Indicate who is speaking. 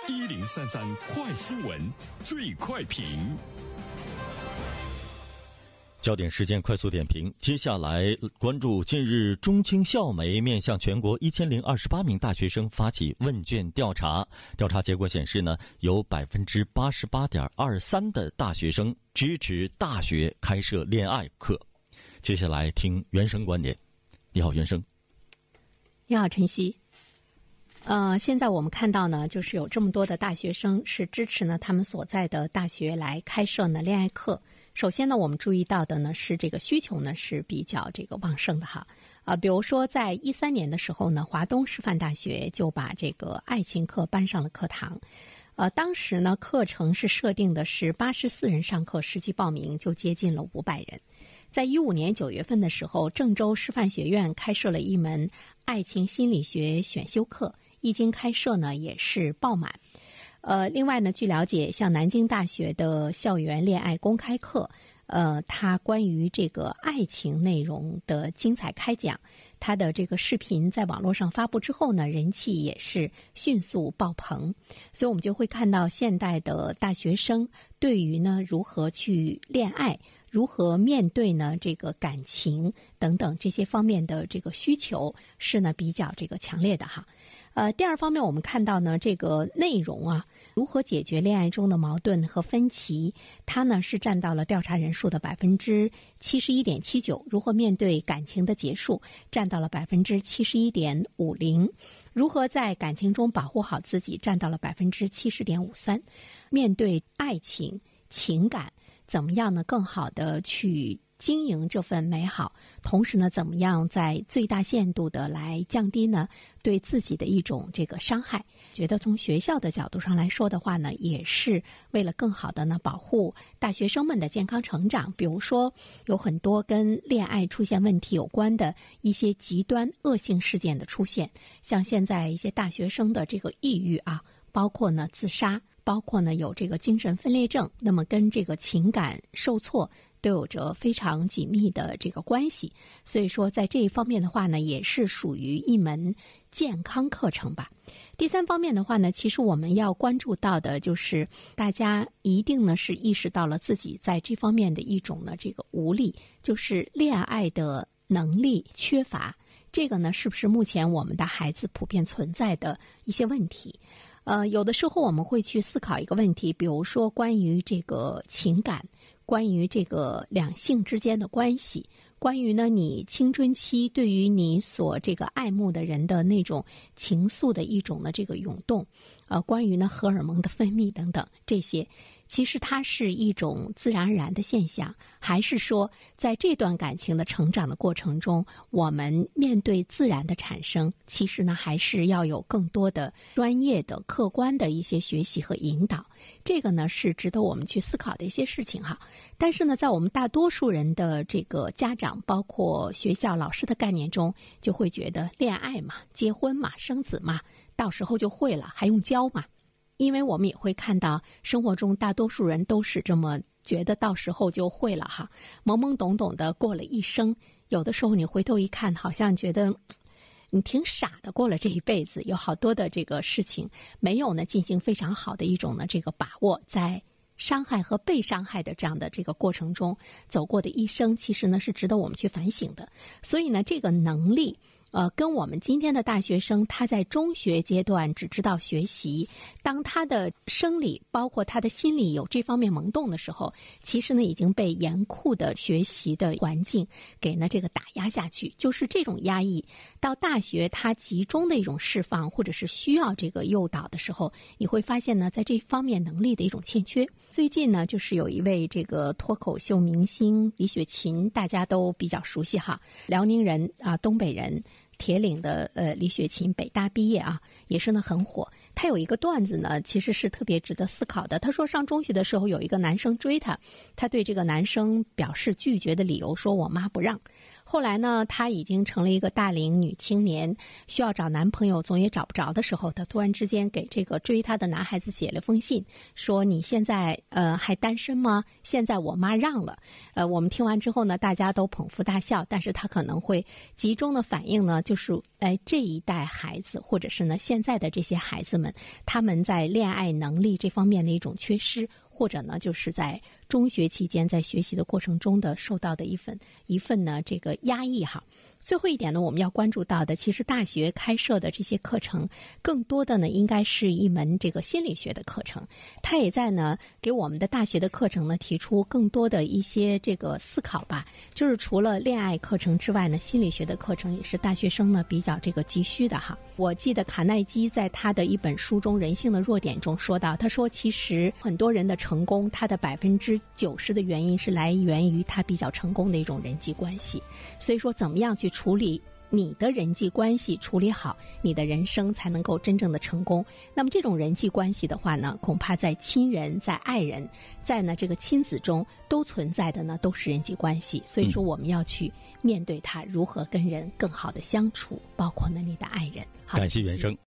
Speaker 1: 1033快新闻最快评。
Speaker 2: 焦点事件快速点评，接下来关注近日中青校媒面向全国1028名大学生发起问卷调查，调查结果显示呢，有 88.23% 的大学生支持大学开设恋爱课。接下来听袁生观点。你好，袁生。
Speaker 3: 你好，晨曦。现在我们看到呢，就是有这么多的大学生是支持呢他们所在的大学来开设呢恋爱课。首先呢，我们注意到的呢是这个需求呢是比较这个旺盛的哈。比如说在13年的时候呢，华东师范大学就把这个爱情课搬上了课堂。当时呢课程是设定的是84人上课，实际报名就接近了500人。在15年9月份的时候，郑州师范学院开设了一门爱情心理学选修课，一经开设呢也是爆满。另外呢，据了解，像南京大学的校园恋爱公开课，它关于这个爱情内容的精彩开讲，它的这个视频在网络上发布之后呢，人气也是迅速爆棚。所以我们就会看到现代的大学生对于呢如何去恋爱，如何面对呢这个感情等等这些方面的这个需求是呢比较这个强烈的哈。第二方面，我们看到呢，这个内容啊，如何解决恋爱中的矛盾和分歧，它呢是占到了调查人数的 71.79%， 如何面对感情的结束，占到了 71.50%， 如何在感情中保护好自己，占到了 70.53%， 面对爱情情感，怎么样呢更好的去经营这份美好，同时呢，怎么样在最大限度的来降低呢对自己的一种这个伤害？觉得从学校的角度上来说的话呢，也是为了更好的呢保护大学生们的健康成长。比如说，有很多跟恋爱出现问题有关的一些极端恶性事件的出现，像现在一些大学生的这个抑郁啊，包括呢自杀，包括呢有这个精神分裂症，那么跟这个情感受挫都有着非常紧密的这个关系。所以说在这一方面的话呢，也是属于一门健康课程吧。第三方面的话呢，其实我们要关注到的就是大家一定呢是意识到了自己在这方面的一种呢这个无力，就是恋爱的能力缺乏。这个呢是不是目前我们的孩子普遍存在的一些问题？有的时候我们会去思考一个问题，比如说关于这个情感，关于这个两性之间的关系，关于呢你青春期对于你所这个爱慕的人的那种情愫的一种的这个涌动，关于呢荷尔蒙的分泌等等，这些其实它是一种自然而然的现象，还是说在这段感情的成长的过程中，我们面对自然的产生，其实呢还是要有更多的专业的客观的一些学习和引导。这个呢是值得我们去思考的一些事情哈。但是呢，在我们大多数人的这个家长，包括学校老师的概念中，就会觉得恋爱嘛，结婚嘛，生子嘛，到时候就会了，还用教嘛？因为我们也会看到生活中大多数人都是这么觉得，到时候就会了哈，懵懵懂懂的过了一生。有的时候你回头一看，好像觉得你挺傻的，过了这一辈子，有好多的这个事情没有呢进行非常好的一种呢这个把握，在伤害和被伤害的这样的这个过程中走过的一生，其实呢是值得我们去反省的。所以呢，这个能力跟我们今天的大学生，他在中学阶段只知道学习，当他的生理包括他的心理有这方面萌动的时候，其实呢已经被严酷的学习的环境给呢这个打压下去。就是这种压抑到大学他集中的一种释放，或者是需要这个诱导的时候，你会发现呢在这方面能力的一种欠缺。最近呢就是有一位这个脱口秀明星李雪琴，大家都比较熟悉哈，辽宁人啊，东北人，铁岭的李雪琴，北大毕业啊，也是呢很火。他有一个段子呢，其实是特别值得思考的。他说上中学的时候有一个男生追他，他对这个男生表示拒绝的理由说我妈不让。 后来呢，她已经成了一个大龄女青年，需要找男朋友总也找不着的时候，她突然之间给这个追她的男孩子写了封信，说你现在还单身吗？现在我妈让了。我们听完之后呢，大家都捧腹大笑，但是她可能会集中的反映呢，就是这一代孩子，或者是呢现在的这些孩子们，他们在恋爱能力这方面的一种缺失，或者呢就是在中学期间在学习的过程中的受到的一份呢这个压抑哈。最后一点呢，我们要关注到的，其实大学开设的这些课程，更多的呢应该是一门这个心理学的课程。它也在呢给我们的大学的课程呢提出更多的一些这个思考吧。就是除了恋爱课程之外呢，心理学的课程也是大学生呢比较这个急需的哈。我记得卡耐基在他的一本书中《人性的弱点》中说到，他说其实很多人的成功，他的90%的原因是来源于他比较成功的一种人际关系。所以说怎么样去处理你的人际关系，处理好你的人生才能够真正的成功。那么这种人际关系的话呢，恐怕在亲人、在爱人、在呢这个亲子中都存在的呢都是人际关系。所以说我们要去面对它，如何跟人更好的相处，包括呢你的爱人。
Speaker 2: 感谢原生。